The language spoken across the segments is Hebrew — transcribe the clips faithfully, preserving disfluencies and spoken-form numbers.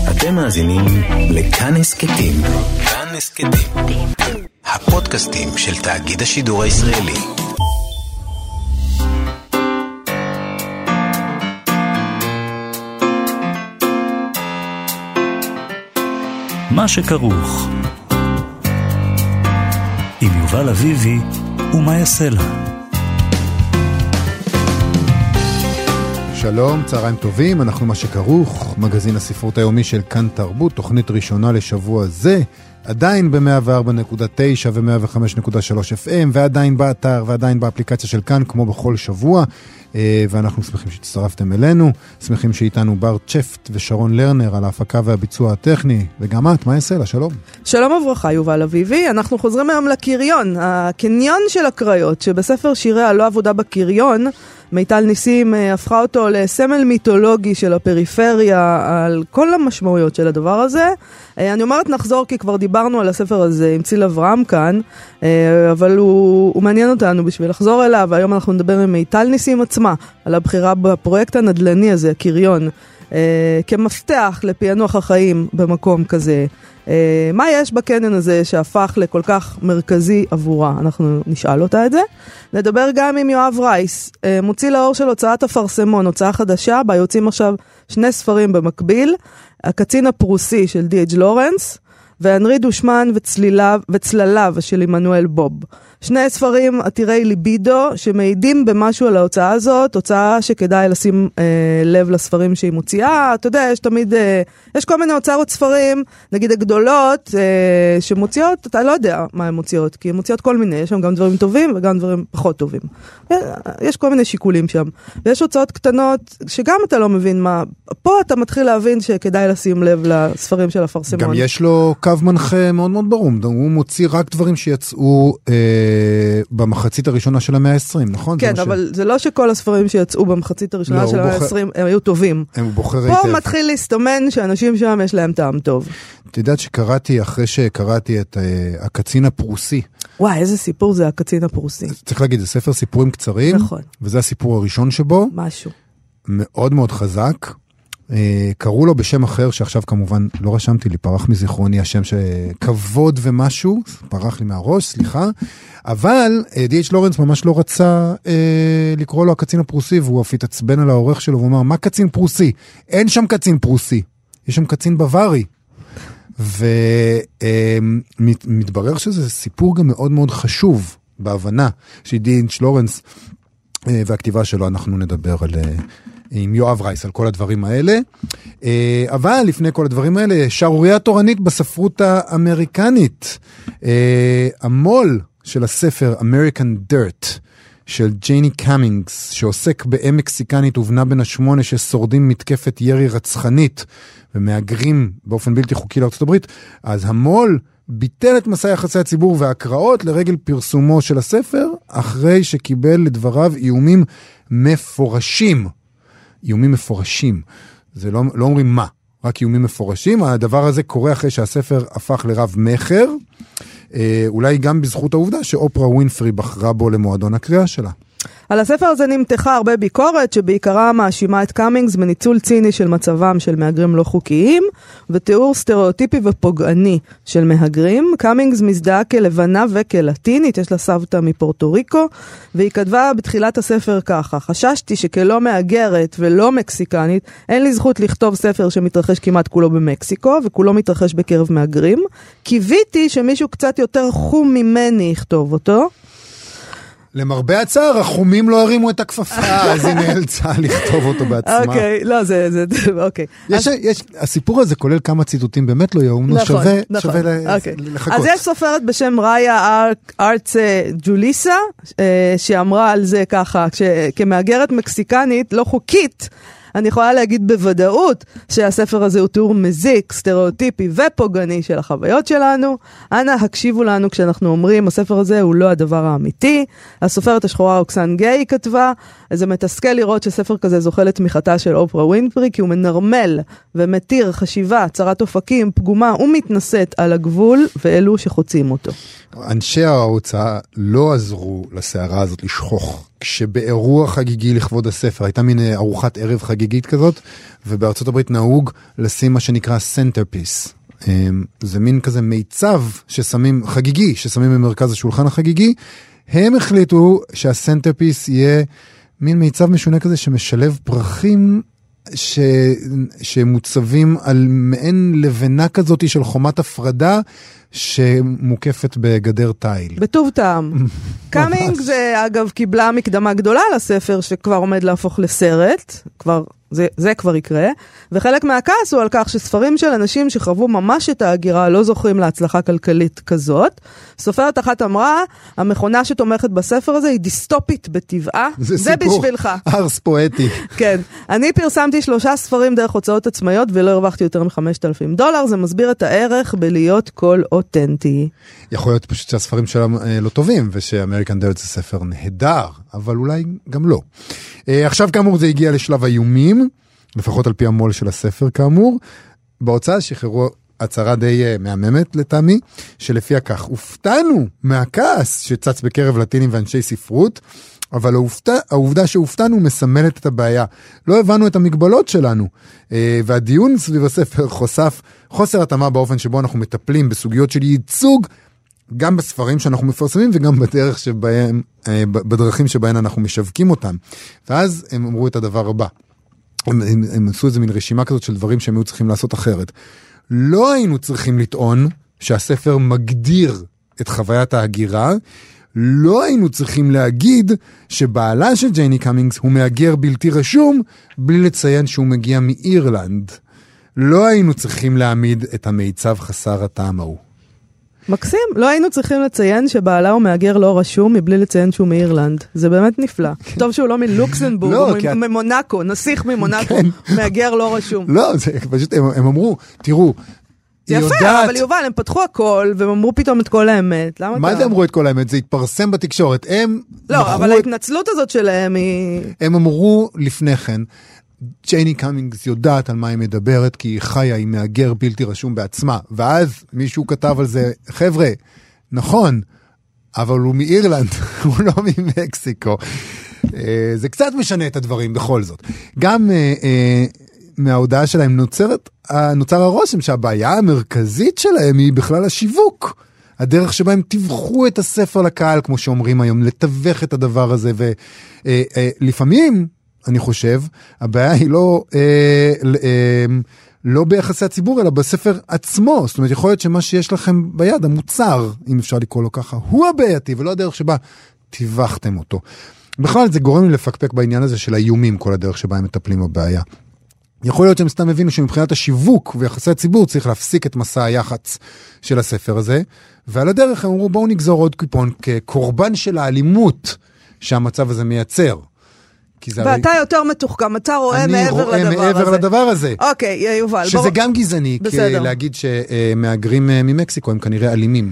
אתם מאזינים לכאן הסכתים. כאן הסכתים. הפודקאסטים של תאגיד השידור הישראלי. מה שכרוך. עם יובל אביבי ומה יעשה לה. שלום, צהריים טובים, אנחנו מה שכרוך, מגזין הספרות היומי של כאן תרבות, תוכנית ראשונה לשבוע זה, עדיין ב-מאה וארבע נקודה תשע ו-מאה וחמש נקודה שלוש אף אם, ועדיין באתר ועדיין באפליקציה של כאן, כמו בכל שבוע, ואנחנו שמחים שהצטרפתם אלינו, שמחים שאיתנו בר צ'פט ושרון לרנר על ההפקה והביצוע הטכני, וגם את, מה יעשה לה? שלום. שלום וברכה, יובל אביבי, אנחנו חוזרים היום לקריון, הקניון של הקריות, שבספר שיריה לא עבודה בקריון, מיטל ניסים הפכה אותו לסמל מיתולוגי של הפריפריה על כל המשמעויות של הדבר הזה. אני אומרת נחזור כי כבר דיברנו על הספר הזה עם ציל אברהם כאן, אבל הוא, הוא מעניין אותנו בשביל לחזור אליו, והיום אנחנו נדבר עם מיטל ניסים עצמה על הבחירה בפרויקט הנדלני הזה, קריון, כמפתח לפענוח החיים במקום כזה. מה יש בקניון הזה שהפך לכל כך מרכזי עבורה? אנחנו נשאל אותה את זה. נדבר גם עם יואב רייס, מוציא לאור של הוצאת הפרסמון, הוצאה חדשה, בה יוצאים עכשיו שני ספרים במקביל, הקצין הפרוסי של די אייץ' לורנס, ואנרי דושמן וצליליו, וצלליו של עמנואל בוב. שני ספרים עתירי ליבידו שמעידים במשהו על ההוצאה הזאת, הוצאה שכדאי לשים אה, לב לספרים שהיא מוציאה. אתה יודע, יש תמיד, אה, יש כל מיני הוצאות ספרים, נגיד הגדולות, אה, שמוציאות, אתה לא יודע מה הן מוציאות, כי הן מוציאות כל מיני, יש שם גם דברים טובים וגם דברים פחות טובים. יש כל מיני שיקולים שם. ויש הוצאות קטנות שגם אתה לא מבין מה, פה אתה מתחיל להבין שכדאי לשים לב לספרים של הפרסמון. גם יש לו קו מנחה מאוד מאוד ברור, הוא מוציא רק דברים שיצאו אה, במחצית הראשונה של המאה העשרים, נכון? כן, אבל זה לא שכל הספרים שיצאו במחצית הראשונה של המאה העשרים הם היו טובים. הם בוחר היטב. פה מתחיל להסתמן שאנשים שם יש להם טעם טוב. אתה יודעת שקראתי, אחרי שקראתי את הקצין הפרוסי. וואי, איזה סיפור זה הקצין הפרוסי. צריך להגיד, זה ספר סיפורים קצרים. נכון. וזה הסיפור הראשון שבו. משהו. מאוד מאוד חזק. קראו לו בשם אחר, שעכשיו כמובן לא רשמתי לי, פרח מזיכרוני, השם שכבוד ומשהו, פרח לי מהראש, סליחה, אבל די אייץ' לורנס ממש לא רצה אה, לקרוא לו הקצין הפרוסי, והוא אף התעצבן על העורך שלו, והוא אמר, מה קצין פרוסי? אין שם קצין פרוסי, יש שם קצין בווארי. ומתברר אה, שזה סיפור גם מאוד מאוד חשוב, בהבנה, שדי אייץ' לורנס אה, והכתיבה שלו, אנחנו נדבר על... אה, עם יואב רייס על כל הדברים האלה, אבל לפני כל הדברים האלה, שערוריה תורנית בספרות האמריקנית, המול של הספר American Dirt, של ג'ייני קאמינגס, שעוסק באם מקסיקנית ובנה בן השמונה ששורדים מתקפת ירי רצחנית, ומאגרים באופן בלתי חוקי לארצות הברית, אז המול ביטל את מסע יחסי הציבור והקראות לרגל פרסומו של הספר, אחרי שקיבל לדבריו איומים מפורשים, איומים מפורשים, זה לא, לא אומרים מה, רק איומים מפורשים. הדבר הזה קורה אחרי שהספר הפך לרב מחר, אה, אולי גם בזכות העובדה שאופרה ווינפרי בחרה בו למועדון הקריאה שלה. על הספר הזה נמתחה הרבה ביקורת, שבעיקרה מאשימה את קאמינגס בניצול ציני של מצבם של מהגרים לא חוקיים, ותיאור סטריאוטיפי ופוגעני של מהגרים. קאמינגס מזדהה כלבנה וכלטינית, יש לה סבתא מפורטו ריקו, והיא כתבה בתחילת הספר ככה, חששתי שכלא מהגרת ולא מקסיקנית, אין לי זכות לכתוב ספר שמתרחש כמעט כולו במקסיקו, וכולו מתרחש בקרב מהגרים. קיוויתי שמישהו קצת יותר חום ממני יכתוב אותו. למרבה הצער, החומים לא הרימו את הכפפה, אז היא נאלצה לכתוב אותו בעצמה. אוקיי, לא, זה, זה, אוקיי. יש, יש, הסיפור הזה כולל כמה ציטוטים, באמת לא יאומנו, שווה, שווה לחכות. אז יש סופרת בשם ראיה ארצה ג'וליסה, שאמרה על זה ככה, כמאגרת מקסיקנית לא חוקית, אני יכולה להגיד בוודאות שהספר הזה הוא תיאור מזיק, סטריאוטיפי ופוגעני של החוויות שלנו. אנא, הקשיבו לנו כשאנחנו אומרים, הספר הזה הוא לא הדבר האמיתי. הסופרת השחורה רוקסן גיי כתבה, זה מתסכל לראות שספר כזה זוכה לתמיכתה של אופרה ווינפרי, כי הוא מנרמל ומתיר חשיבה, צרת אופקים, פגומה ומתנשאת על הגבול, ואלו שחוצים אותו. אנשי ההוצאה לא עזרו לסערה הזאת לשכוח. כשבאירוע חגיגי לכבוד הספר, הייתה מין ארוחת ערב חגיגית כזאת, ובארצות הברית נהוג לשים מה שנקרא סנטרפיס. זה מין כזה מיצב ששמים, חגיגי, ששמים במרכז השולחן החגיגי, הם החליטו שהסנטרפיס יהיה מין מיצב משונה כזה שמשלב פרחים ש... שמוצבים על מעין לבנה כזאת של חומת הפרדה שמוקפת בגדר תיל. בטוב טעם. קאמינג זה אגב קיבלה מקדמה גדולה לספר שכבר עומד להפוך לסרט, כבר, זה, זה כבר יקרה, וחלק מהכעס הוא על כך שספרים של אנשים שחרבו ממש את ההגירה לא זוכים להצלחה כלכלית כזאת. סופרת אחת אמרה, המכונה שתומכת בספר הזה היא דיסטופית בטבעה, זה, זה בשבילך. ארס פואטי. כן, אני פרסמתי שלושה ספרים דרך הוצאות עצמאיות ולא הרווחתי יותר מ-חמשת אלפים דולר, זה מסביר את הערך בלהיות קול אותנטי. יכול להיות פשוט שהספרים שלהם לא טובים, ושאמריקן דלת זה ספר נהדר, אבל אולי גם לא. עכשיו כאמור זה הגיע לשלב האיומים, לפחות על פי המול של הספר כאמור, בהוצאה שחררו הצהרה די מהממת לטעמי, שלפיה כך, הופתענו מהכעס שצץ בקרב לטינים ואנשי ספרות, אבל העובדה, העובדה שהופתענו מסמלת את הבעיה. לא הבנו את המגבלות שלנו, והדיון סביב הספר חושף חוסר התאמה באופן שבו אנחנו מטפלים בסוגיות של ייצוג, גם בספרים שאנחנו מפרסמים וגם בדרך שבהם, בדרכים שבהן אנחנו משווקים אותם. ואז הם אמרו את הדבר הבא. הם, הם, הם עשו איזה מין רשימה כזאת של דברים שהם היו צריכים לעשות אחרת. לא היינו צריכים לטעון שהספר מגדיר את חוויית ההגירה, לא היינו צריכים להגיד שבעלה של ג'ייני קאמינגס הוא מהגר בלתי רשום, בלי לציין שהוא מגיע מאירלנד. לא היינו צריכים להעמיד את המיצב חסר הטעם ההוא. מקסים, לא היינו צריכים לציין שבעלה הוא מהגר לא רשום מבלי לציין שהוא מאירלנד. זה באמת נפלא. טוב שהוא לא מלוקסנבורג, או ממונקו, נסיך ממונקו, מהגר לא רשום. לא, זה פשוט, הם אמרו, תראו, זה יפה, אבל יובל, הם פתחו הכל, והם אמרו פתאום את כל האמת. מה זה אמרו את כל האמת? זה התפרסם בתקשורת. לא, אבל ההתנצלות הזאת שלהם היא... הם אמרו לפני כן, ג'ייני קאמינגס יודעת על מה היא מדברת, כי היא חיה, היא מהגר בלתי רשום בעצמה. ואז מישהו כתב על זה, חבר'ה, נכון, אבל הוא מאירלנד, הוא לא ממקסיקו. זה קצת משנה את הדברים בכל זאת. גם מההודעה שלהם נוצרת, נוצר הרושם שהבעיה המרכזית שלהם היא בכלל השיווק. הדרך שבה הם תווכו את הספר לקהל, כמו שאומרים היום, לתווך את הדבר הזה, ולפעמים, אני חושב, הבעיה היא לא, אה, אה, לא ביחסי הציבור, אלא בספר עצמו. זאת אומרת, יכול להיות שמה שיש לכם ביד, המוצר, אם אפשר לקרוא לו ככה, הוא הבעייתי, ולא הדרך שבה תיווכתם אותו. בכלל, זה גורם לי לפקפק בעניין הזה של האיומים, כל הדרך שבה הם מטפלים בבעיה. יכול להיות שהם סתם הבינו שמבחינת השיווק ויחסי הציבור צריך להפסיק את מסע היחץ של הספר הזה, ועל הדרך הם אמרו, בואו נגזור עוד קיפון כקורבן של האלימות שהמצב הזה מייצר. ואתה יותר מתוחכם, אתה רואה מעבר לדבר הזה. אני רואה מעבר לדבר הזה. אוקיי, יובל. שזה גם גזעני, להגיד שמהגרים ממקסיקו הם כנראה אלימים.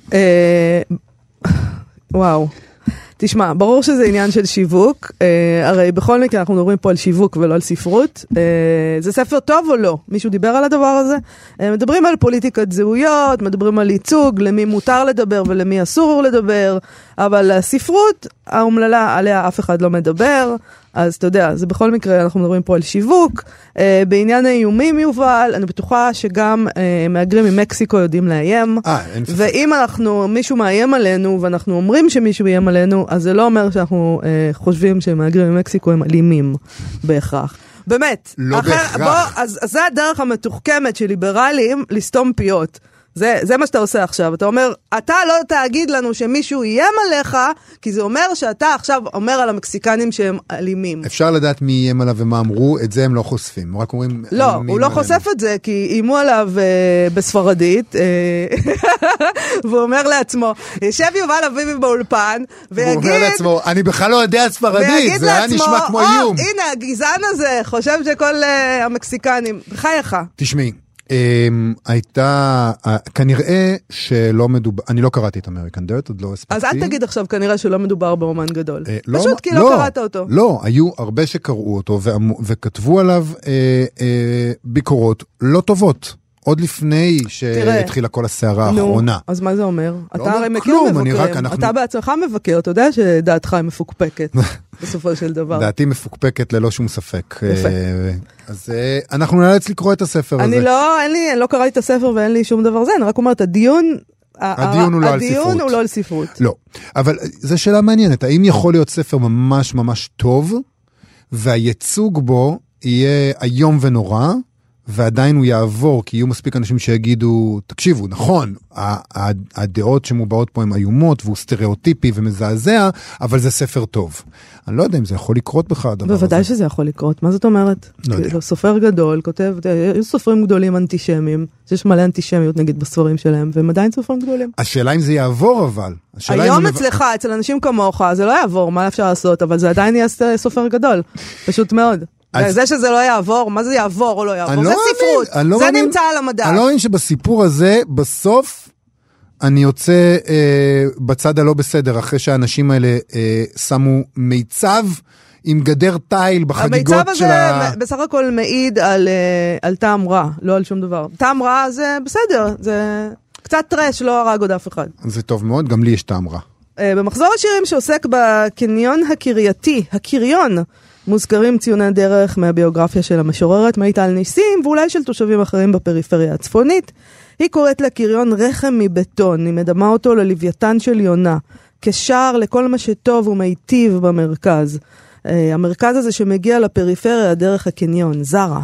וואו. תשמע, ברור שזה עניין של שיווק, אה, הרי בכל מקרה אנחנו מדברים פה על שיווק ולא על ספרות. אה, זה ספר טוב או לא? מישהו דיבר על הדבר הזה? אה, מדברים על פוליטיקת זהויות, מדברים על ייצוג, למי מותר לדבר ולמי אסור לדבר, אבל הספרות, האומללה, עליה אף אחד לא מדבר, אז אתה יודע, זה בכל מקרה, אנחנו מדברים פה על שיווק. אה, בעניין האיומים, יובל, אני בטוחה שגם אה, מהגרים ממקסיקו יודעים לאיים. אה, אין ספק. ואם אנחנו, מישהו מאיים עלינו, ואנחנו אומרים שמישהו יאיים עלינו, אז זה לא אומר שאנחנו אה, חושבים שמהגרים ממקסיקו הם אלימים בהכרח. באמת. לא אחר, בהכרח. בוא, אז, אז זה הדרך המתוחכמת של ליברלים לסתום פיות. זה, זה מה שאתה עושה עכשיו. אתה אומר, אתה לא תגיד לנו שמישהו איים עליך, כי זה אומר שאתה עכשיו אומר על המקסיקנים שהם אלימים. אפשר לדעת מי איים עליו ומה אמרו, את זה הם לא חושפים. רק אומרים... לא, הוא לא חושף את זה, כי איימו עליו אה, בספרדית, אה, והוא אומר לעצמו, ישב יובל אביבי באולפן, ויגיד... הוא אומר לעצמו, אני בכלל לא יודע ספרדית, זה היה נשמע כמו איום. הנה, הגזען הזה חושב שכל אה, המקסיקנים, בחייך. תשמעי, הייתה, כנראה שלא מדובר, אני לא קראתי את אמריקן דירט, עוד לא הספקתי. אז אל תגיד עכשיו כנראה שלא מדובר ברומן גדול. פשוט כי לא קראת אותו. לא, היו הרבה שקראו אותו וכתבו עליו ביקורות לא טובות, עוד לפני שהתחילה כל הסערה האחרונה. אז מה זה אומר? אתה הרי מכיר מבקרים, אתה בעצמך מבקר, אתה יודע שדעתך היא מפוקפקת בסופו של דבר. דעתי מפוקפקת ללא שום ספק. אז אנחנו נאלץ לקרוא את הספר הזה. אני לא, אין לי, לא קראתי את הספר ואין לי שום דבר זה, אני רק אומרת, הדיון... הדיון הוא לא על ספרות. הדיון הוא לא על ספרות. לא, אבל זו שאלה מעניינת, האם יכול להיות ספר ממש ממש טוב, והייצוג בו יהיה היום ונורא, ועדיין הוא יעבור, כי יהיו מספיק אנשים שיגידו, תקשיבו, נכון, הדעות שמובעות פה הן איומות, והוא סטריאוטיפי ומזעזע, אבל זה ספר טוב. אני לא יודע אם זה יכול לקרות בך הדבר הזה. בוודאי שזה יכול לקרות, מה זאת אומרת? לא יודע. סופר גדול, כותב, יש סופרים גדולים אנטישמים, יש מלא אנטישמיות נגיד בספרים שלהם, והם עדיין סופרים גדולים. השאלה אם זה יעבור אבל. היום אצלך, אצל אנשים כמוך, זה לא יעבור, מה אפשר לעשות, אבל זה עדיין יהיה סופר גדול, פשוט מאוד. זה שזה לא יעבור, מה זה יעבור או לא יעבור? זה ספרות, זה נמצא על המדע. אני לא מאמין שבסיפור הזה, בסוף, אני יוצא בצד הלא בסדר, אחרי שהאנשים האלה שמו מיצב עם גדר תיל בחגיגות של ה... המיצב הזה בסך הכל מעיד על טעם רע, לא על שום דבר. טעם רע זה בסדר, זה קצת טרש, לא הרג עוד אף אחד. זה טוב מאוד, גם לי יש טעם רע. במחזור השירים שעוסק בקניון הקרייתי, הקריון, מוזכרים ציוני דרך מהביוגרפיה של המשוררת מיטל ניסים, ואולי של תושבים אחרים בפריפריה הצפונית. היא קוראת לקריון רחם מבטון, היא מדמה אותו ללוויתן של יונה, כשער לכל מה שטוב ומיטיב במרכז. המרכז הזה שמגיע לפריפריה דרך הקניון, זרה.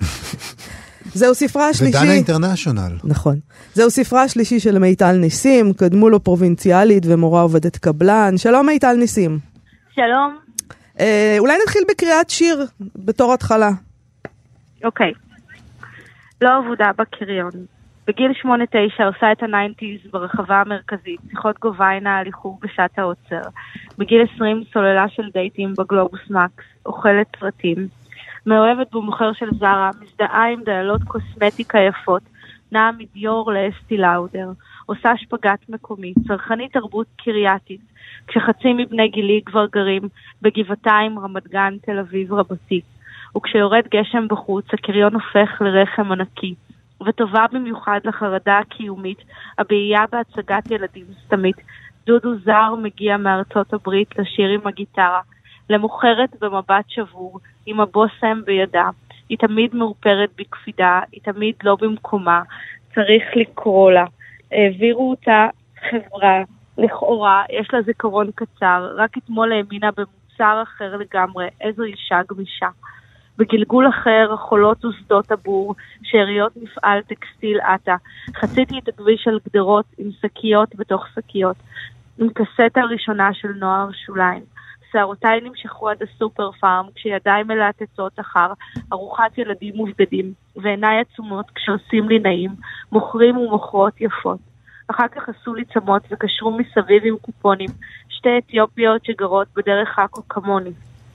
זהו ספרה השלישי... ודנה אינטרנשיונל. נכון. זהו ספרה השלישי של מיטל ניסים, קדמו לו פרובינציאלית ומורה עובדת קבלן. שלום מיטל ניסים. שלום. אה, אולי נתחיל בקריאת שיר בתור התחלה. אוקיי. לא עבודה בקריון. בגיל שמונה תשע עושה את הניינטיז ברחבה המרכזית, שיחות גוביינה על איחור בשעת העוצר. בגיל עשרים סוללה של דייטים בגלובוס מקס, אוכלת סרטים. מאוהבת במוכר של זרה, מזדהה עם דיילות קוסמטיקה יפות, נעה מדיור לאסטי לאודר, עושה שפגת מקומי, צרכנית תרבות קרייתית, כשחצי מבני גילי כבר גרים בגבעתיים, רמת גן, תל אביב רבתי. וכשיורד גשם בחוץ, הקריון הופך לרחם ענקי, וטובה במיוחד לחרדה הקיומית, הבעיה בהצגת ילדים סתמית. דודו זר מגיע מארצות הברית לשיר עם הגיטרה, למוכרת במבט שבור, עם הבוסם בידה. היא תמיד מאופרת בקפידה, היא תמיד לא במקומה, צריך לקרוא לה. העבירו אותה חברה, לכאורה, יש לה זיכרון קצר, רק אתמול האמינה במוצר אחר לגמרי, איזו אישה גמישה. בגלגול אחר, החולות ושדות הבור, שאריות מפעל טקסטיל עטה. חציתי את הכביש על גדרות עם שקיות בתוך שקיות, עם קסטה הראשונה של נוער שוליים. שערותיי נמשכו עד הסופר פארם, כשידיים מלהטצות אחר ארוחת ילדים ובגדים, ועיניי עצומות כשעושים לי נעים, מוכרים ומוכרות יפות. אחר כך עשו לי צמות וקשרו מסביב עם קופונים, שתי אתיופיות שגרות בדרך עכו כמוני.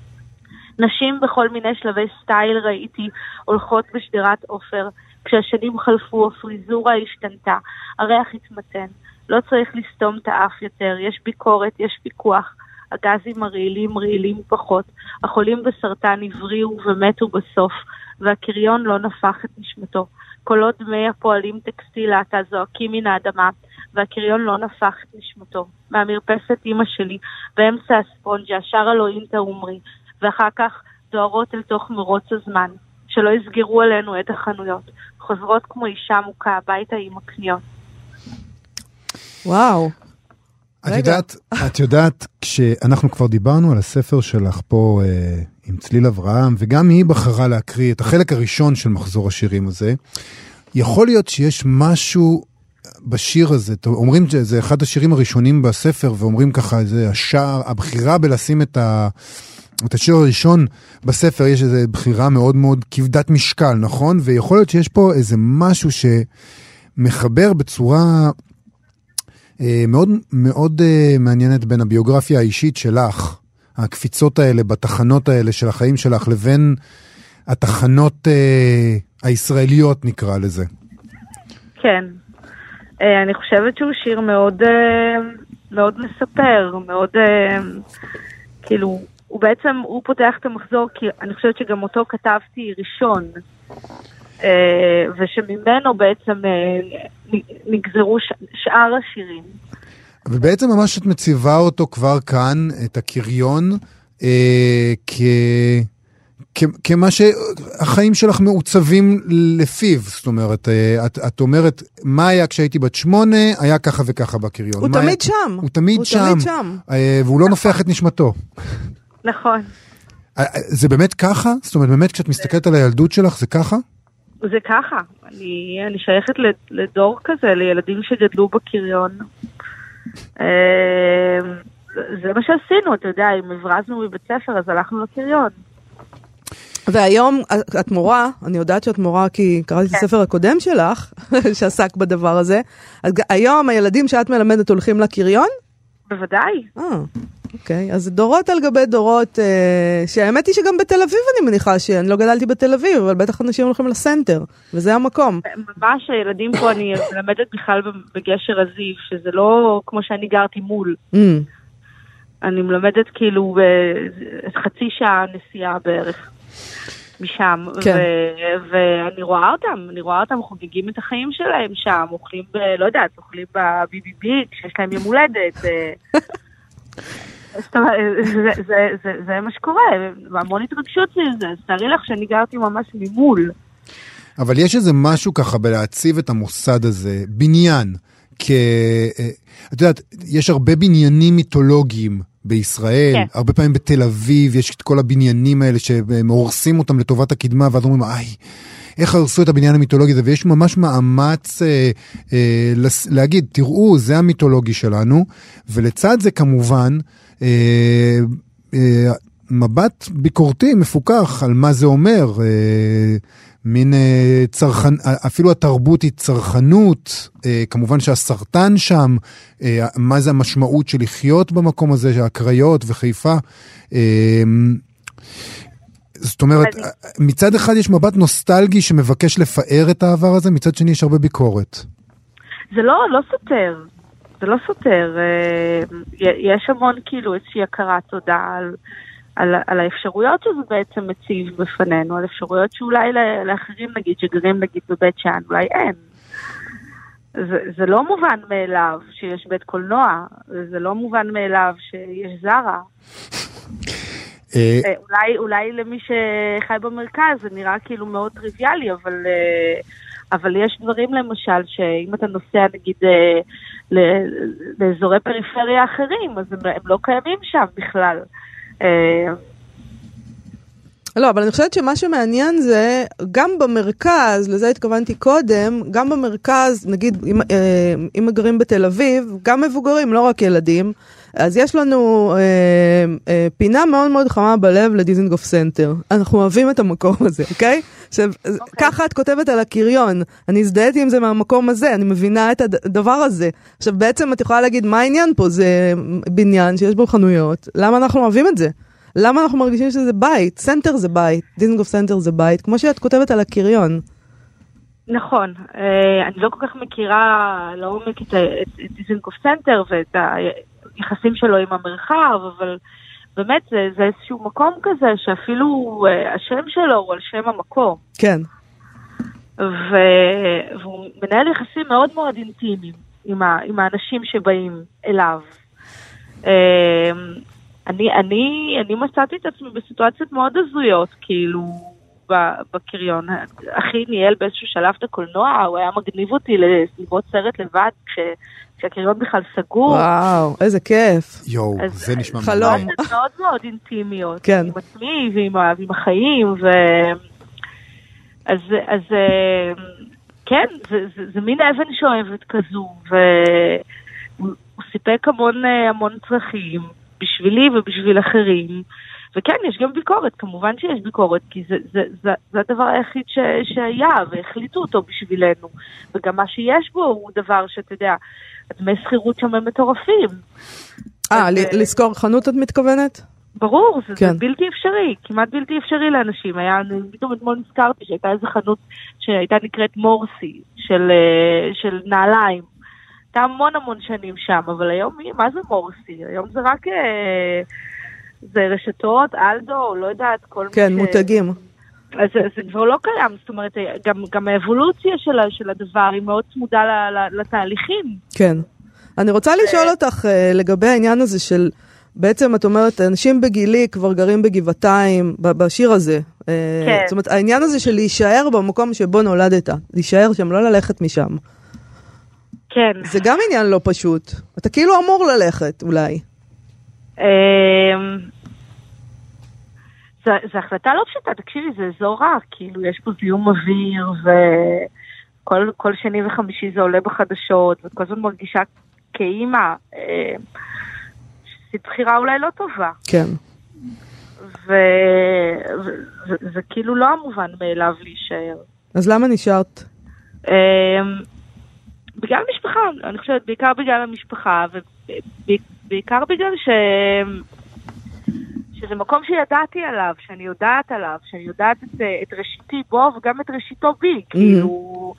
נשים בכל מיני שלבי סטייל ראיתי הולכות בשדרת עופר, כשהשנים חלפו הפריזורה השתנתה, הריח התמתן, לא צריך לסתום את האף יותר, יש ביקורת, יש פיקוח, הגזים הרעילים רעילים פחות, החולים בסרטן הבריאו ומתו בסוף, והקריון לא נפח את נשמתו. קולות דמי הפועלים טקסטילתה זועקים מן האדמה, והקריון לא נפח את נשמתו. מהמרפסת אמא שלי, באמצע הספונג'ה, שרה לו אינטה אומרי, ואחר כך דוארות אל תוך מרוץ הזמן, שלא יסגרו עלינו את החנויות, חוזרות כמו אישה מוכה הביתה עם הקניות. וואו. את יודעת, את יודעת, כשאנחנו כבר דיברנו על הספר שלך פה אה, עם צליל אברהם, וגם היא בחרה להקריא את החלק הראשון של מחזור השירים הזה, יכול להיות שיש משהו בשיר הזה, אומרים שזה אחד השירים הראשונים בספר, ואומרים ככה, זה השער, הבחירה בלשים את, ה, את השיר הראשון בספר, יש איזו בחירה מאוד מאוד כבדת משקל, נכון? ויכול להיות שיש פה איזה משהו שמחבר בצורה... מאוד מאוד מעניינת בין הביוגרפיה האישית שלך, הקפיצות האלה בתחנות האלה של החיים שלך, לבין התחנות הישראליות נקרא לזה. כן. אני חושבת שהוא שיר מאוד מאוד מספר, מאוד כאילו, הוא בעצם, הוא פותח את המחזור, כי אני חושבת שגם אותו כתבתי ראשון. ושממנו בעצם נגזרו שאר השירים. ובעצם ממש את מציבה אותו כבר כאן, את הקריון, כ... כמה שהחיים שלך מעוצבים לפיו, זאת אומרת, את, את אומרת, מה היה כשהייתי בת שמונה, היה ככה וככה בקריון. הוא תמיד היה... שם. הוא תמיד הוא שם, תמיד שם. והוא לא נופח את נשמתו. נכון. זה באמת ככה? זאת אומרת, באמת כשאת מסתכלת על הילדות שלך, זה ככה? זה ככה. אני, אני שייכת לדור כזה, לילדים שגדלו בקריון. זה מה שעשינו, אתה יודע, אם הברזנו מבית ספר, אז הלכנו לקריון. והיום, את מורה, אני יודעת שאת מורה כי קראתי את הספר הקודם שלך, שעסק בדבר הזה, אז היום הילדים שאת מלמדת הולכים לקריון? בוודאי. אה, אוקיי, אז דורות על גבי דורות, אה, שהאמת היא שגם בתל אביב אני מניחה שאני לא גדלתי בתל אביב, אבל בטח אנשים הולכים לסנטר, וזה המקום. ממש הילדים פה, אני מלמדת בכלל בגשר הזיו, שזה לא כמו שאני גרתי מול. Mm. אני מלמדת כאילו חצי שעה נסיעה בערך. משם, כן. ו- ואני רואה אותם, אני רואה אותם חוגגים את החיים שלהם שם, אוכלים ב... לא יודעת, אוכלים ב-בי בי בי, כשיש להם יום הולדת. זאת אומרת, זה, זה, זה, זה מה שקורה, והמון התרגשות זה, אז תארי לך שאני גרתי ממש ממול. אבל יש איזה משהו ככה בלהציב את המוסד הזה, בניין, כ... את יודעת, יש הרבה בניינים מיתולוגיים, בישראל, כן. הרבה פעמים בתל אביב, יש את כל הבניינים האלה שמהורסים אותם לטובת הקדמה, ואז אומרים, איי, איך הרסו את הבניין המיתולוגי הזה, ויש ממש מאמץ אה, אה, להגיד, תראו, זה המיתולוגי שלנו, ולצד זה כמובן, אה, אה, מבט ביקורתי, מפוקח על מה זה אומר, אה, מין צרכן, אפילו התרבות היא צרכנות, כמובן שהסרטן שם, מה זה המשמעות של לחיות במקום הזה, שהקריות וחיפה. זאת אומרת, מצד אחד יש מבט נוסטלגי שמבקש לפאר את העבר הזה, מצד שני יש הרבה ביקורת. זה לא, לא סותר, זה לא סותר. יש המון כאילו איזושהי הכרת תודה על... על, על האפשרויות שזה בעצם מציב בפנינו, על אפשרויות שאולי לאחרים נגיד, שגרים נגיד בבית שאן, אולי אין. זה, זה לא מובן מאליו שיש בית קולנוע, זה לא מובן מאליו שיש זרה. אולי, אולי למי שחי במרכז זה נראה כאילו מאוד טריוויאלי, אבל, אבל יש דברים למשל שאם אתה נוסע נגיד לאזורי פריפריה אחרים, אז הם, הם לא קיימים שם בכלל. לא, אבל אני חושבת שמה שמעניין זה, גם במרכז, לזה התכוונתי קודם, גם במרכז, נגיד, אם, אם גרים בתל אביב, גם מבוגרים, לא רק ילדים, אז יש לנו אה, אה, פינה מאוד מאוד חמה בלב לדיזנגוף סנטר. אנחנו אוהבים את המקום הזה, אוקיי? עכשיו, okay. ככה את כותבת על הקריון. אני הזדהיתי עם זה מהמקום הזה, אני מבינה את הדבר הזה. עכשיו, בעצם את יכולה להגיד, מה העניין פה? זה בניין שיש בו חנויות. למה אנחנו אוהבים את זה? למה אנחנו מרגישים שזה בית? סנטר זה בית, דיזנגוף סנטר זה בית, כמו שאת כותבת על הקריון. נכון. אני לא כל כך מכירה לעומק את דיזנגוף סנטר ואת היחסים שלו עם המרחב, אבל באמת זה, זה איזשהו מקום כזה שאפילו השם שלו הוא על שם המקום. כן. ו... והוא מנהל יחסים מאוד מאוד אינטימיים עם, ה... עם האנשים שבאים אליו. אני, אני, אני מצאתי את עצמי בסיטואציות מאוד הזויות, כאילו, בקריון. אחי ניהל באיזשהו שלב את הקולנוע, הוא היה מגניב אותי לסביבות סרט לבד, כש... כשהקריון בכלל סגור. וואו, איזה כיף. יואו, זה נשמע חלום. זה מאוד מאוד אינטימיות. כן. עם עצמי ועם, ועם החיים, ו... אז, אז כן, זה, זה, זה מין אבן שואבת כזו, והוא סיפק המון, המון צרכים, בשבילי ובשביל אחרים, וכן, יש גם ביקורת, כמובן שיש ביקורת, כי זה, זה, זה, זה הדבר היחיד ש, שהיה, והחליטו אותו בשבילנו, וגם מה שיש בו הוא דבר שאתה יודע, דמי שכירות שם הם מטורפים. אה, לזכור חנות את מתכוונת? ברור, זה, כן. זה בלתי אפשרי, כמעט בלתי אפשרי לאנשים. היה, פתאום אתמול נזכרתי שהייתה איזו חנות שהייתה נקראת מורסי, של, של נעליים. הייתה המון המון שנים שם, אבל היום, מה זה מורסי? היום זה רק, זה רשתות, אלדו, לא יודעת, כל כן, מי מותגים. אז זה כבר לא קיים, זאת אומרת, גם, גם האבולוציה של, של הדבר היא מאוד צמודה ל, ל, לתהליכים. כן. אני רוצה לשאול אותך לגבי העניין הזה של, בעצם את אומרת, אנשים בגילי כבר גרים בגבעתיים, בשיר הזה. כן. זאת אומרת, העניין הזה של להישאר במקום שבו נולדת, להישאר שם, לא ללכת משם. כן. זה גם עניין לא פשוט. אתה כאילו אמור ללכת, אולי. זו החלטה לא פשוטה, תקשיבי, זה אזור רע, כאילו יש פה זיהום אוויר, וכל כל שני וחמישי זה עולה בחדשות, וכל זאת מרגישה כאימא, שזו בחירה אולי לא טובה. כן. וזה כאילו לא המובן מאליו להישאר. אז למה נשארת? בגלל המשפחה, אני חושבת, בעיקר בגלל המשפחה, ובעיקר בגלל ש... שזה מקום שידעתי עליו, שאני יודעת עליו, שאני יודעת את, את ראשיתי בו וגם את ראשיתו בי, כאילו...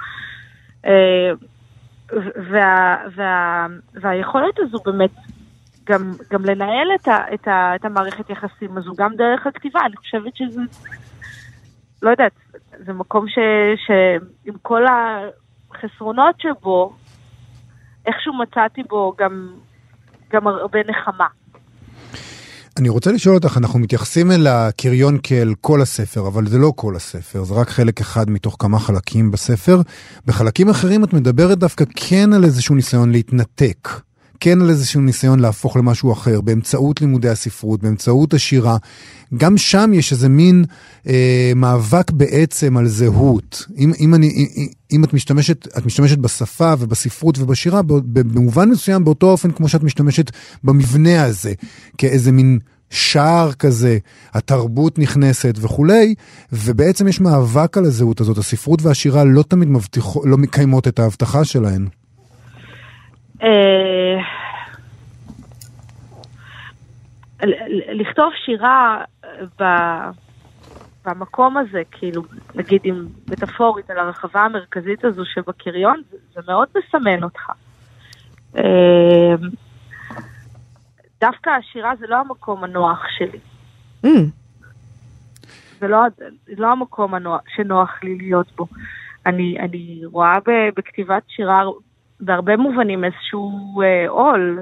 וה, וה, והיכולת הזו באמת גם, גם לנהל את, ה, את, ה, את המערכת יחסים הזו, גם דרך הכתיבה, אני חושבת שזה... לא יודעת, זה מקום ש, שעם כל החסרונות שבו, איכשהו מצאתי בו גם, גם הרבה נחמה. אני רוצה לשאול אותך, אנחנו מתייחסים אל הקריון כאל כל הספר, אבל זה לא כל הספר, זה רק חלק אחד מתוך כמה חלקים בספר. בחלקים אחרים את מדברת דווקא כן על איזשהו ניסיון להתנתק, כן על איזשהו ניסיון להפוך למשהו אחר, באמצעות לימודי הספרות, באמצעות השירה. גם שם יש איזה מין אה, מאבק בעצם על זהות. אם, אם, אני, אם את משתמשת, את משתמשת בשפה ובספרות ובשירה, במובן מסוים באותו אופן כמו שאת משתמשת במבנה הזה, כאיזה מין שער כזה, התרבות נכנסת וכולי, ובעצם יש מאבק על הזהות הזאת. הספרות והשירה לא תמיד מבטיחו, לא מקיימות את ההבטחה שלהן. לכתוב שירה במקום הזה, כאילו, נגיד עם מטאפורית על הרחבה המרכזית הזו שבקריון, זה מאוד מסמן אותך. דווקא השירה זה לא המקום הנוח שלי. זה לא, לא המקום הנוח, שנוח לי להיות בו. אני, אני רואה בכתיבת שירה בהרבה מובנים איזשהו עול.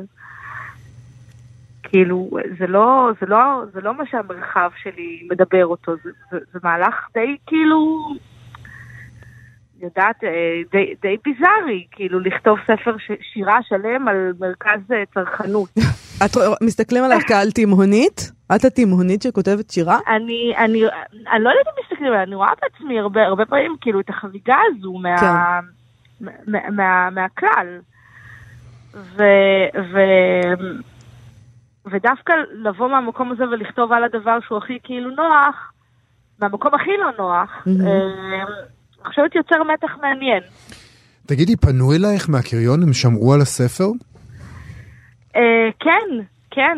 כאילו, זה לא, זה לא, זה לא מה שהמרחב שלי מדבר אותו, זה, זה, זה מהלך די כאילו, יודעת, די, די ביזארי, כאילו לכתוב ספר ש, שירה שלם על מרכז צרכנות. את מסתכלים עליו כעל תימהונית? את התימהונית שכותבת שירה? אני, אני, אני לא יודעת אם מסתכלים עליו, אני רואה בעצמי הרבה, הרבה פעמים כאילו את החריגה הזו מה, כן. מה, מה, מה, מהכלל. ו, ו, ודווקא לבוא מהמקום הזה ולכתוב על הדבר שהוא הכי כאילו נוח, מהמקום הכי לא נוח, אני חושבת יוצר מתח מעניין. תגידי, פנו אלייך מהקריון, הם שמעו על הספר? כן, כן.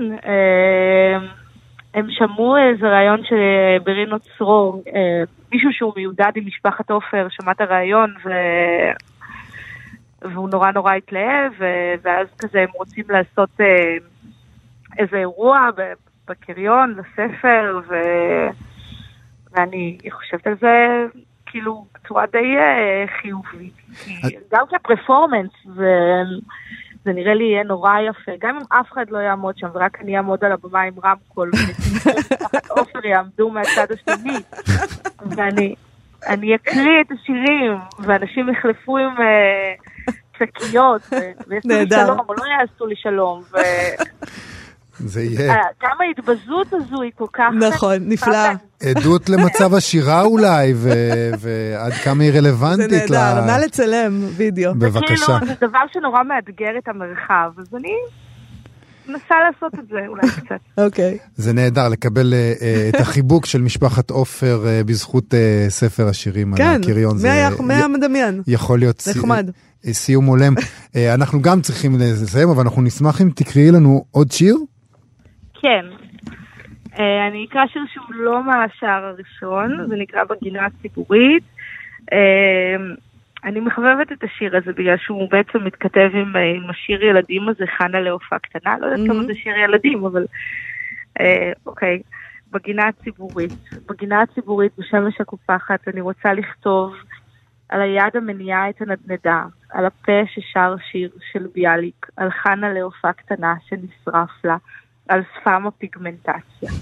הם שמעו איזה רעיון של ברינו צרור, מישהו שהוא מיודד עם משפחת עופר, שמע את הרעיון ו... והוא נורא נורא התלהב, ואז כזה הם רוצים לעשות איזה אירוע בקריון, בספר, ו... ואני חושבת על זה כאילו בצורה די חיובית. גם כפרפורמנס, זה נראה לי יהיה נורא יפה, גם אם אף אחד לא יעמוד שם, ורק אני אעמוד על הבמה עם רמקול, ומשפחת עופר יעמדו מהצד השני, ואני אני אקריא את השירים, ואנשים יחלפו עם צקיות, ויעשו לי שלום, או לא יעשו לי שלום, ו... זה יהיה. כמה ההתבזות הזו היא כל כך... נכון, נפלא. עדות למצב השירה אולי, ועד כמה היא רלוונטית. זה נהדר, נא לצלם וידאו. בבקשה. זה דבר שנורא מאתגר את המרחב, אז אני מנסה לעשות את זה אולי קצת. אוקיי. זה נהדר, לקבל את החיבוק של משפחת עופר בזכות ספר השירים על הקריון. כן, מאה מדמיין. יכול להיות נחמד. סיום עולם. אנחנו גם צריכים לסיים, אבל אנחנו נשמח אם תקראי לנו עוד שיר. כן. אני אקרא שיר שהוא לא מהשער הראשון, זה נקרא בגינה הציבורית. אני מחבבת את השיר הזה בגלל שהוא בעצם מתכתב עם, עם השיר ילדים הזה, חנה להופעה קטנה, לא יודעת כמה זה שיר ילדים, אבל אוקיי. בגינה הציבורית. בגינה הציבורית בשמש הקופחת אני רוצה לכתוב על היד המניעה את הנדנדה, על הפה ששר שיר של ביאליק, על חנה להופעה קטנה שנשרף לה, על שפם הפיגמנטציה.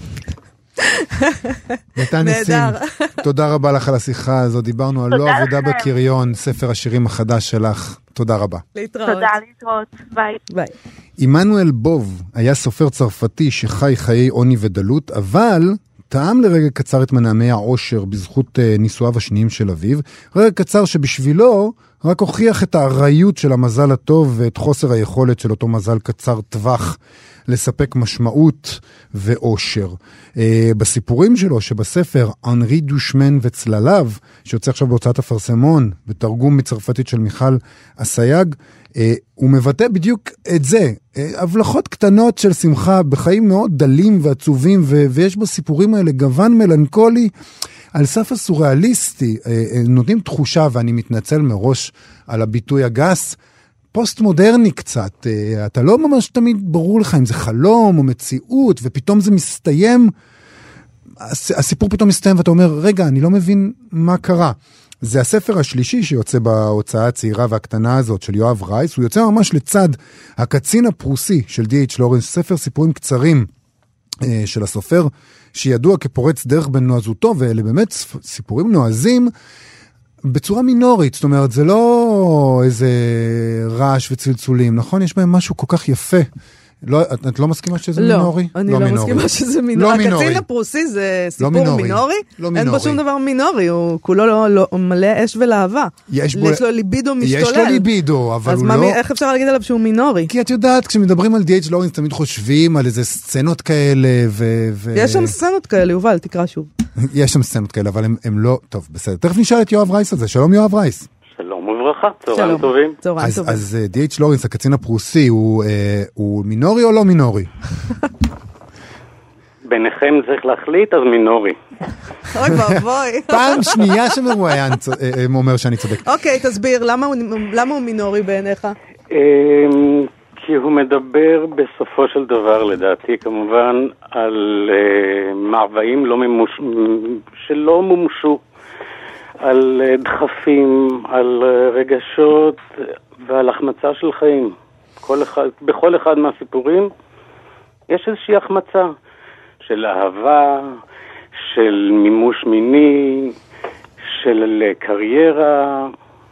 נתן ניסים, תודה רבה לך על השיחה הזו, דיברנו על לא עבודה בקריון, ספר השירים החדש שלך, תודה רבה. להתראות. תודה, להתראות, ביי. ביי. עמנואל בוב היה סופר צרפתי שחי חיי עוני ודלות, אבל טעם לרגע קצר את מנעמי העושר בזכות נישואיו השניים של אביו, רגע קצר שבשבילו רק הוכיח את הארעיות של המזל הטוב ואת חוסר היכולת של אותו מזל קצר טווח לספק משמעות ואושר. אה, בסיפורים שלו, שבספר אנרי דושמן וצלליו, שיוצא עכשיו בהוצאת הפרסמון, בתרגום מצרפתית של מיכל אסייג, אה, הוא מבטא בדיוק את זה, אה, הבלחות קטנות של שמחה בחיים מאוד דלים ועצובים, ו- ויש בסיפורים האלה גוון מלנכולי, על סף הסוריאליסטי, אה, אה, נותנים תחושה, ואני מתנצל מראש על הביטוי הגס, פוסט מודרני קצת, אתה לא ממש תמיד ברור לך אם זה חלום או מציאות, ופתאום זה מסתיים, הסיפור פתאום מסתיים ואתה אומר, רגע, אני לא מבין מה קרה. זה הספר השלישי שיוצא בהוצאה הצעירה והקטנה הזאת של יואב רייס, הוא יוצא ממש לצד הקצין הפרוסי של די אייץ' לורנס, ספר סיפורים קצרים של הסופר, שידוע כפורץ דרך בנועזותו, ואלה באמת סיפורים נועזים, בצורה מינורית, זאת אומרת, זה לא איזה רעש וצלצולים, נכון? יש בהם משהו כל כך יפה. לא, את, את לא מסכימה שזה לא, מינורי? אני לא, לא מינורי. מסכימה שזה מינורי. לא הקצין מינורי. הפרוסי זה סיפור לא מינורי. מינורי? לא אין מינורי. בו שום דבר מינורי, הוא כולו לא, לא, מלא אש ולהבה. יש, בו... יש לו ליבידו משתולל. יש לו ליבידו, אבל הוא מה, לא... אז איך אפשר להגיד עליו שהוא מינורי? כי את יודעת, כשמדברים על די אייץ' לורנס, תמיד חושבים על איזה סצנות כאלה, ו... ו... יש שם סצנות כאלה, יובל, תקרא שוב. יש שם סצנות כאלה, אבל הם, הם לא... טוב, בסדר. תכף נשאל את יואב רייס על זה. שלום יואב רייס. שלום וברכה, צהריים טובים. צהריים אז, טובים. אז די אייץ' לורנס, הקצין הפרוסי, הוא, אה, הוא מינורי או לא מינורי? ביניכם צריך להחליט, אז מינורי. אוי ואבוי. פעם שנייה שמרואיין אומר שאני צודק. אוקיי, תסביר, למה הוא, למה הוא מינורי בעיניך? כי הוא מדבר בסופו של דבר, לדעתי, כמובן, על מאוויים לא ממוש... שלא מומשו, על דחפים, על רגשות ועל החמצה של חיים. כל אחד, בכל אחד מהסיפורים יש איזושהי החמצה של אהבה, של מימוש מיני, של קריירה.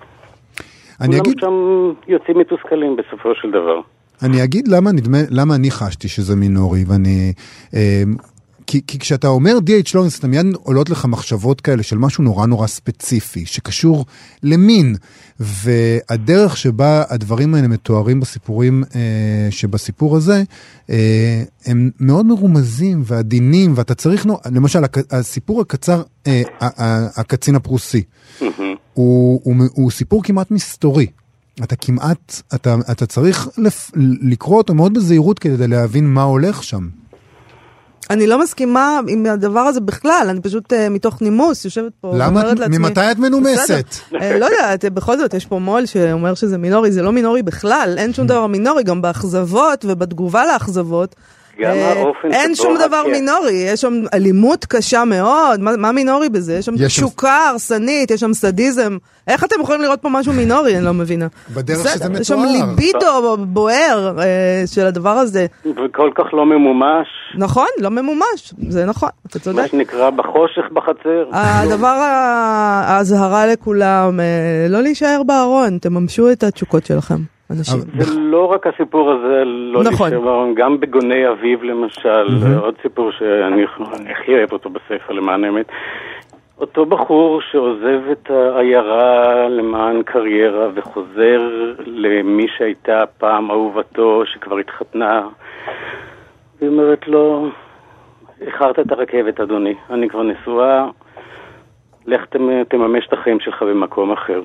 כולם אגיד... שם יוצאים מתוסכלים בסופו של דבר. אני אגיד למה, נדמה, למה אני חשתי שזה מינורי, ואני... אה, כי, כי כשאתה אומר די אייץ' לורנס, אתה מיד עולות לך מחשבות כאלה של משהו נורא נורא ספציפי, שקשור למין, והדרך שבה הדברים האלה מתוארים בסיפורים אה, שבסיפור הזה, אה, הם מאוד מרומזים ועדינים, ואתה צריך, למשל, הסיפור הקצר, אה, הקצין הפרוסי, הוא, הוא, הוא, הוא סיפור כמעט מסתורי. אתה כמעט, אתה, אתה צריך לפ, לקרוא אותו מאוד בזהירות כדי להבין מה הולך שם. אני לא מסכימה עם הדבר הזה בכלל, אני פשוט uh, מתוך נימוס, יושבת פה, למה? ממתי את מנומסת? uh, לא יודעת, בכל זאת, יש פה מול שאומר שזה מינורי, זה לא מינורי בכלל, אין שום דבר מינורי, גם באכזבות ובתגובה לאכזבות, אין שום דבר מינורי, יש שם אלימות קשה מאוד, מה מינורי בזה? יש שם תשוקה הרסנית, יש שם סדיזם, איך אתם יכולים לראות פה משהו מינורי? אני לא מבינה. בדרך שזה מתואר. יש שם ליבידו בוער של הדבר הזה. וכל כך לא ממומש. נכון, לא ממומש, זה נכון, אתה צודק. מה שנקרא בחושך בחצר. הדבר, ההזהרה לכולם, לא להישאר בארון, תממשו את התשוקות שלכם. אנשים. זה לא רק הסיפור הזה, לא נכון. להישאר, גם בגוני אביב למשל, mm-hmm. עוד סיפור שאני הכי אוהב אותו בספר למען האמת, אותו בחור שעוזב את העיירה למען קריירה וחוזר למי שהייתה פעם אהובתו שכבר התחתנה, והיא אומרת לו, איחרת את הרכבת אדוני, אני כבר נשואה, לך תממש את החיים שלך במקום אחר.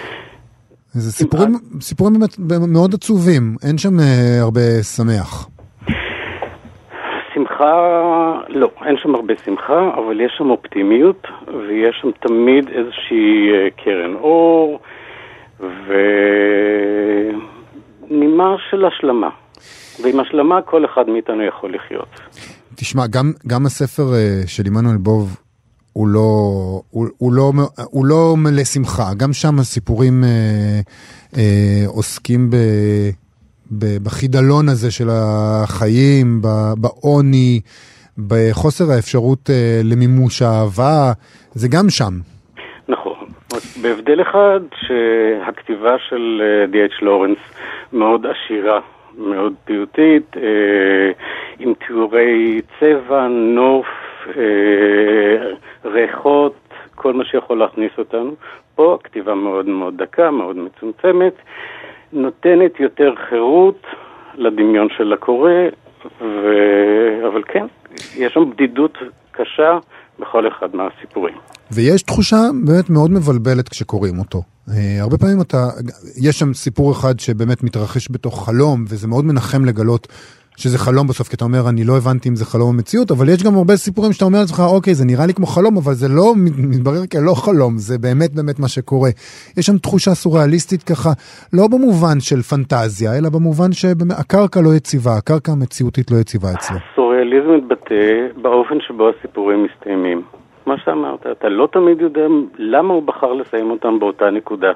זה סיפורים, סיפורים באמת מאוד עצובים, אין שם הרבה שמח. שמחה, לא, אין שם הרבה שמחה, אבל יש שם אופטימיות, ויש שם תמיד איזושהי קרן אור, ונימה של השלמה. ועם השלמה כל אחד מאיתנו יכול לחיות. תשמע, גם, גם הספר של עמנואל בוב, הוא לא, הוא, הוא לא, הוא לא מלא שמחה. גם שם הסיפורים אה, אה, עוסקים ב, ב, בחידלון הזה של החיים, בעוני, בחוסר האפשרות אה, למימוש האהבה, זה גם שם. נכון. בהבדל אחד שהכתיבה של די אייץ' לורנס מאוד עשירה, מאוד פיוטית, אה, עם תיאורי צבע, נוף, אה, ריחות, כל מה שיכול להכניס אותנו. פה הכתיבה מאוד מאוד דקה, מאוד מצומצמת, נותנת יותר חירות לדמיון של הקורא, ו... אבל כן, יש שם בדידות קשה בכל אחד מהסיפורים. ויש תחושה באמת מאוד מבלבלת כשקוראים אותו. הרבה פעמים אתה, יש שם סיפור אחד שבאמת מתרחש בתוך חלום, וזה מאוד מנחם לגלות שזה חלום בסוף, כי אתה אומר, אני לא הבנתי אם זה חלום או מציאות, אבל יש גם הרבה סיפורים שאתה אומר לעצמך, אוקיי, זה נראה לי כמו חלום, אבל זה לא מתברר כלא חלום, זה באמת באמת מה שקורה. יש שם תחושה סוריאליסטית ככה, לא במובן של פנטזיה, אלא במובן שהקרקע לא יציבה, הקרקע המציאותית לא יציבה אצלו. סוריאליזם מתבטא באופן שבו הסיפורים מסתיימים. מה שאמרת, אתה לא תמיד יודע למה הוא בחר לסיים אותם באותה נקודה.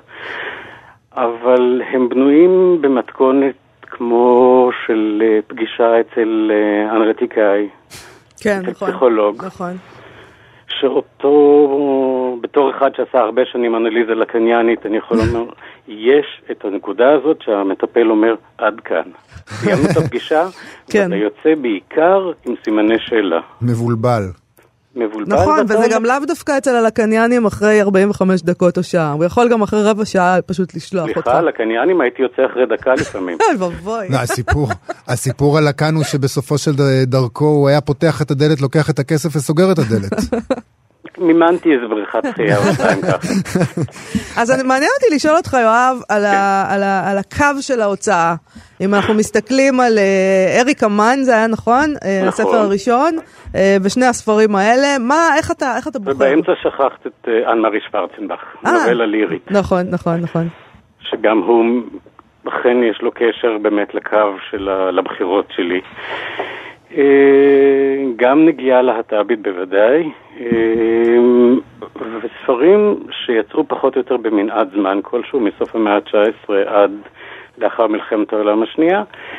אבל הם בנויים במתכונת כמו של פגישה אצל אנליטיקאי, כן, נכון, פסיכולוג, נכון. שאותו, בתור אחד שעשה הרבה שנים אנליזה לקניינית, אני יכול לומר, יש את הנקודה הזאת שהמטפל אומר, עד כאן. סיימנו את הפגישה, כן. ואתה יוצא בעיקר עם סימני שאלה. מבולבל. מבולבל. נכון, וזה ואתה... גם לאו דווקא אצל הלקניינים אחרי ארבעים וחמש דקות או שעה. הוא יכול גם אחרי רבע שעה פשוט לשלוח אותך. סליחה, לקניינים הייתי יוצא אחרי דקה לפעמים. בבוי. הסיפור, הסיפור על הקן הוא שבסופו של דרכו הוא היה פותח את הדלת, לוקח את הכסף וסוגר את הדלת. מימנתי איזה בריכת חייה או שתיים ככה. אז מעניין אותי לשאול אותך, יואב, על, ה, על, ה, על הקו של ההוצאה. אם אנחנו מסתכלים על אריק אמן, זה היה נכון? נכון. הספר הראשון, ושני הספרים האלה, מה, איך אתה, איך אתה בוחר? ובאמצע שכחת את אן-מארי שוורצנבך, נובלה לירית. נכון, נכון, נכון. שגם הוא, אכן יש לו קשר באמת לקו של לבחירות שלי. גם נגיעה להט"בית בוודאי, וספרים שיצאו פחות או יותר במנעד זמן כלשהו, מסוף המאה ה-תשע עשרה עד לאחר מלחמת העולם השנייה,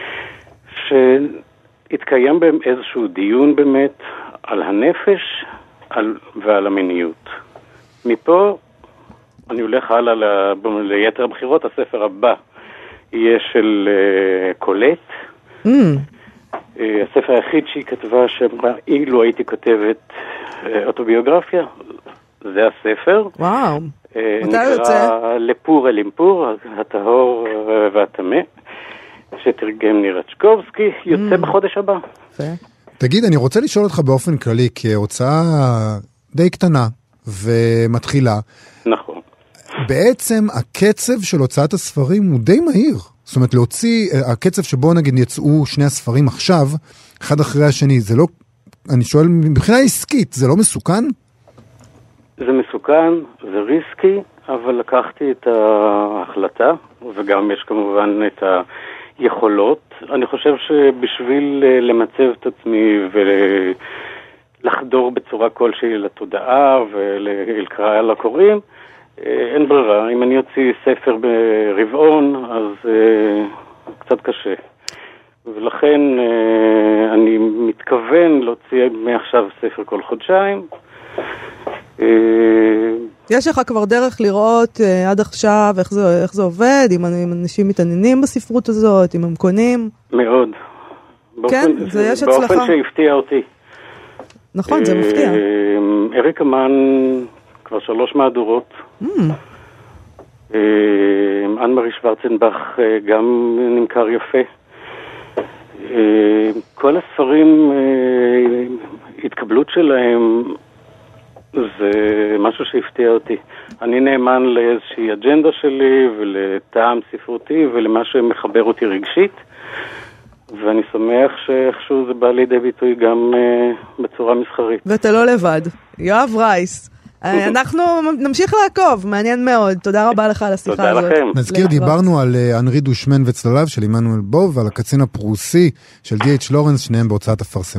שהתקיים בהם איזשהו דיון באמת על הנפש על, ועל המיניות. מפה אני הולך הלאה ל, ליתר הבחירות. הספר הבא יהיה של uh, קולט. Mm. Uh, הספר היחיד שהיא כתבה שאמרה, אילו הייתי כותבת uh, אוטוביוגרפיה, זה הספר. וואו. Uh, מתי יוצא? נקרא לפור אל אימפור, הטהור uh, והטמא, שתרגם נירצ'קובסקי, יוצא mm. בחודש הבא. תגיד, אני רוצה לשאול אותך באופן כללי, כהוצאה די קטנה ומתחילה. נכון. בעצם הקצב של הוצאת הספרים הוא די מהיר. זאת אומרת, להוציא, הקצב שבו נגיד יצאו שני הספרים עכשיו, אחד אחרי השני, זה לא, אני שואל, מבחינה עסקית, זה לא מסוכן? זה מסוכן, זה ריסקי, אבל לקחתי את ההחלטה, וגם יש כמובן את היכולות. אני חושב שבשביל למצב את עצמי ולחדור בצורה כלשהי לתודעה ולקרוא לקוראים, אין ברירה. אם אני אוציא ספר ברבעון, אז uh, קצת קשה. ולכן uh, אני מתכוון להוציא מעכשיו ספר כל חודשיים. Uh, יש לך כבר דרך לראות uh, עד עכשיו איך זה, איך זה עובד, אם, אם אנשים מתעניינים בספרות הזאת, אם הם קונים? מאוד. כן, באופן, זה יש הצלחה. באופן שהפתיע אותי. נכון, זה מפתיע. אריק אמן כבר שלוש מהדורות. Mm. אן-מארי שוורצנבך גם נמכר יפה. כל הספרים, התקבלות שלהם, זה משהו שהפתיע אותי. אני נאמן לאיזושהי אג'נדה שלי ולטעם ספרותי ולמה שמחבר אותי רגשית, ואני שמח שאיכשהו זה בא לידי ביטוי גם בצורה מסחרית. ואתה לא לבד. יואב רייס. אנחנו נמשיך לעקוב, מעניין מאוד. תודה רבה לך על השיחה הזאת. תודה לכם. נזכיר, דיברנו על אנרי דושמן וצלליו של עמנואל בוב ועל הקצין הפרוסי של די אייץ' לורנס, שניהם בהוצאת אפרסמון.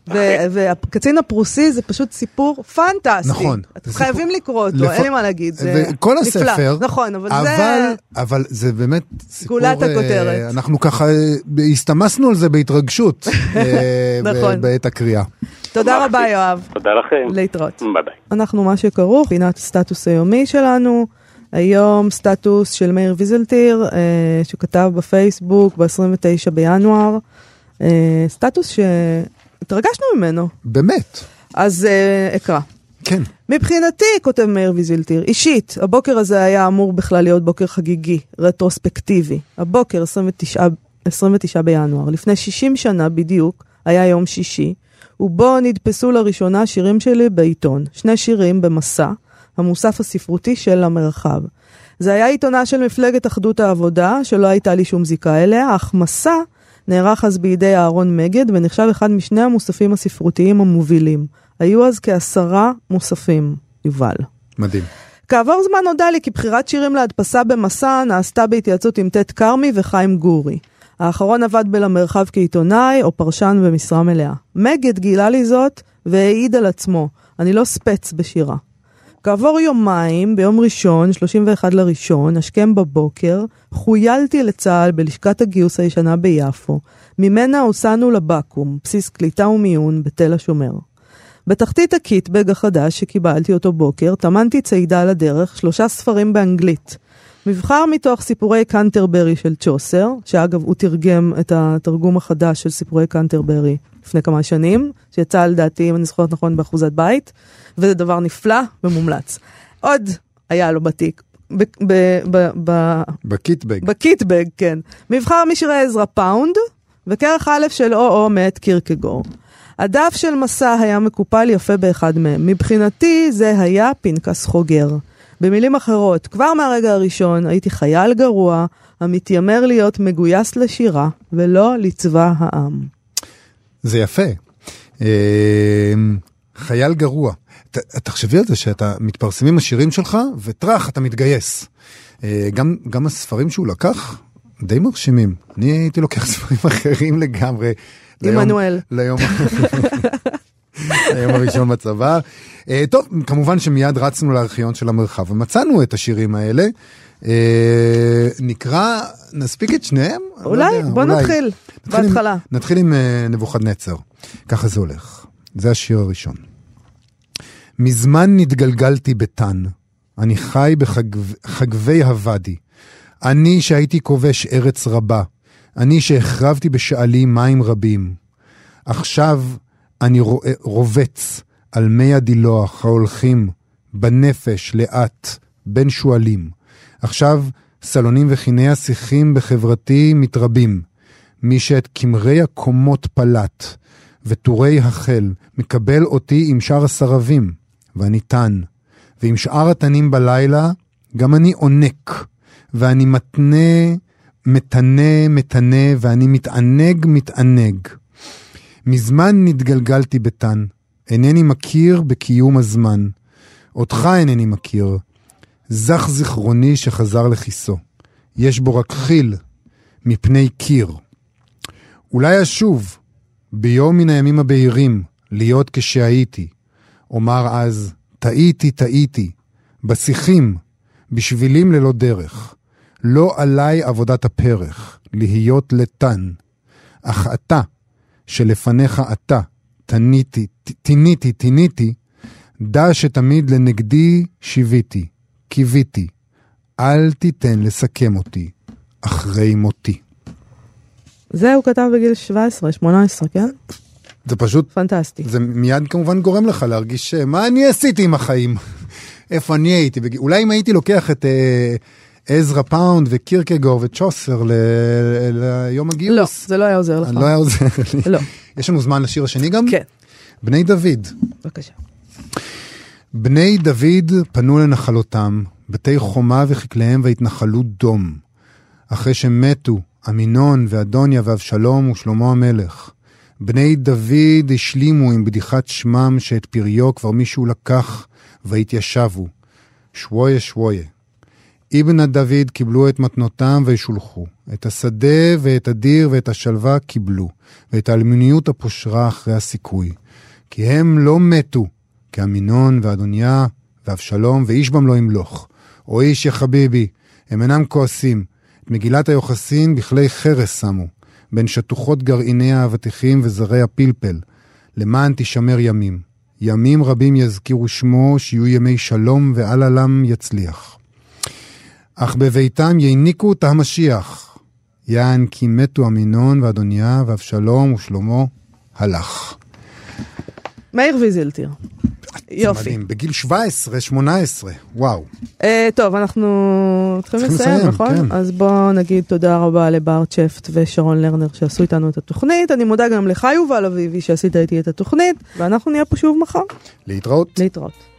והקצין הפרוסי זה פשוט סיפור פנטסטי. נכון. אתם חייבים לקרוא אותו, אין לי מה להגיד. כל הספר. נכון, אבל זה... אבל זה באמת סיפור... גולת הכותרת. אנחנו ככה הסתמסנו על זה בהתרגשות. נכון. בעת הקריאה. תודה רבה, יואב. תודה לכם. להתראות. ביי ביי. אנחנו מה שקראו, פינת הסטטוס היומי שלנו. היום סטטוס של מאיר ויזלטיר, אה, שכתב בפייסבוק ב-עשרים ותשעה בינואר. אה, סטטוס שהתרגשנו ממנו. באמת. אז אה, אקרא. כן. מבחינתי, כותב מאיר ויזלטיר, אישית, הבוקר הזה היה אמור בכלל להיות בוקר חגיגי, רטרוספקטיבי. הבוקר, עשרים ותשעה בינואר, לפני שישים שנה בדיוק, היה יום שישי, ובו נדפסו לראשונה שירים שלי בעיתון. שני שירים במסע, המוסף הספרותי של המרחב. זה היה עיתונה של מפלגת אחדות העבודה, שלא הייתה לי שום זיקה אליה, אך מסע נערך אז בידי אהרון מגד, ונחשב אחד משני המוספים הספרותיים המובילים. היו אז כעשרה מוספים, יובל. מדהים. כעבור זמן נודע לי כי בחירת שירים להדפסה במסע נעשתה בהתייעצות עם תת קרמי וחיים גורי. האחרון עבד בלמרחב כעיתונאי או פרשן במשרה מלאה. מגד גילה לי זאת והעיד על עצמו. אני לא ספץ בשירה. כעבור יומיים, ביום ראשון, שלושים ואחד לראשון, השכם בבוקר, חויילתי לצהל בלשכת הגיוס הישנה ביפו. ממנה הוסענו לבקו"ם, בסיס קליטה ומיון בתל השומר. בתחתית הקיטבג החדש שקיבלתי אותו בוקר, תמנתי צעידה על הדרך, שלושה ספרים באנגלית. מבחר מתוך סיפורי קנטרברי של צ'וסר, שאגב הוא תרגם את התרגום החדש של סיפורי קנטרברי לפני כמה שנים, שיצא על דעתי, אם אני זוכרת נכון, באחוזת בית, וזה דבר נפלא ומומלץ. עוד היה לו בתיק, בקיטבג. בקיטבג, כן. מבחר משירי עזרא פאונד, וכרך א' של או-או מאת קירקגור. הדף של מסע היה מקופל יפה באחד מהם. מבחינתי זה היה פנקס חוגר. במילים אחרות, כבר מהרגע הראשון הייתי חייל גרוע, המתיימר להיות מגויס לשירה, ולא לצבא העם. זה יפה. חייל גרוע. תחשבי על זה שאתה מתפרסמים השירים שלך, וטרח, אתה מתגייס. גם, גם הספרים שהוא לקח, די מרשימים. אני הייתי לוקח ספרים אחרים לגמרי. עמנואל. ליום... היום הראשון בצבא. טוב, כמובן שמיד רצנו לארכיון של המרחב, ומצאנו את השירים האלה. נקרא, נספיק את שניהם? אולי, בוא נתחיל, בהתחלה. נתחיל עם נבוכדנצר. ככה זה הולך. זה השיר הראשון. מזמן נתגלגלתי בתן, אני חי בחגבי הוואדי. אני שהייתי כובש ארץ רבה, אני שהחרבתי בשעלי מים רבים. עכשיו אני רובץ על מי הדילוח ההולכים בנפש לאט בין שואלים. עכשיו סלונים וחיני השיחים בחברתי מתרבים. מי שאת כמרי הקומות פלט וטורי החל מקבל אותי עם שאר הסרבים, ואני תן. ועם שאר התנים בלילה גם אני עונק, ואני מתנה, מתנה, מתנה, ואני מתענג, מתענג. מזמן נתגלגלתי בתן, אינני מכיר בקיום הזמן. אותך אינני מכיר, זך זיכרוני שחזר לכיסו. יש בו רק חיל מפני קיר. אולי אשוב ביום מן הימים הבהירים להיות כשהייתי. אומר אז, טעיתי, טעיתי, בשיחים, בשבילים ללא דרך. לא עליי עבודת הפרח, להיות לתן. אך אתה, שלפניך אתה, תניתי, תניתי, תניתי, דע שתמיד לנגדי שיביתי, קיוויתי. אל תיתן לסכם אותי, אחרי מותי. זה הוא כתב בגיל שבע עשרה, שמונה עשרה, כן? זה פשוט... פנטסטי. זה מיד כמובן גורם לך להרגיש מה אני עשיתי עם החיים. איפה אני הייתי. אולי אם הייתי לוקח את אה, עזרא פאונד וקירקגור וצ'וסר ל, ליום הגיוס. לא, זה לא היה עוזר לך. לא היה עוזר לי. לא. יש לנו זמן לשיר השני גם? כן. בני דוד. בבקשה. בני דוד פנו לנחלותם, בתי חומה וחקליהם והתנחלו דום. אחרי שמתו אמינון ואדוניה ואבשלום ושלמה המלך. בני דוד השלימו עם בדיחת שמם שאת פריו כבר מישהו לקח והתיישבו. שויה שויה. אבן דוד קיבלו את מתנותם וישולחו. את השדה ואת הדיר ואת השלווה קיבלו, ואת האלמוניות הפושרה אחרי הסיכוי. כי הם לא מתו, כי אמינון ואדוניה ואבשלום ואיש בם לא ימלוך. או איש יא חביבי, הם אינם כועסים. את מגילת היוחסין בכלי חרס שמו, בין שטוחות גרעיני האבטיחים וזרי הפלפל, למען תשמר ימים. ימים רבים יזכירו שמו, שיהיו ימי שלום ועל עלם יצליח. אך בביתם יניקו את המשיח, יען כי מתו אמינון ואדוניה ואבשלום ושלמה הלך. מאיר ויזלטיר. יופי. מדהים, בגיל שבע עשרה שמונה עשרה, וואו. אה, טוב, אנחנו צריכים לסיים, לסיים, נכון? כן. אז בואו נגיד תודה רבה לבר צ'פט ושרון לרנר שעשו איתנו את התוכנית. אני מודה גם לך יובל אביבי שעשית איתי את התוכנית, ואנחנו נהיה פה שוב מחר. להתראות. להתראות.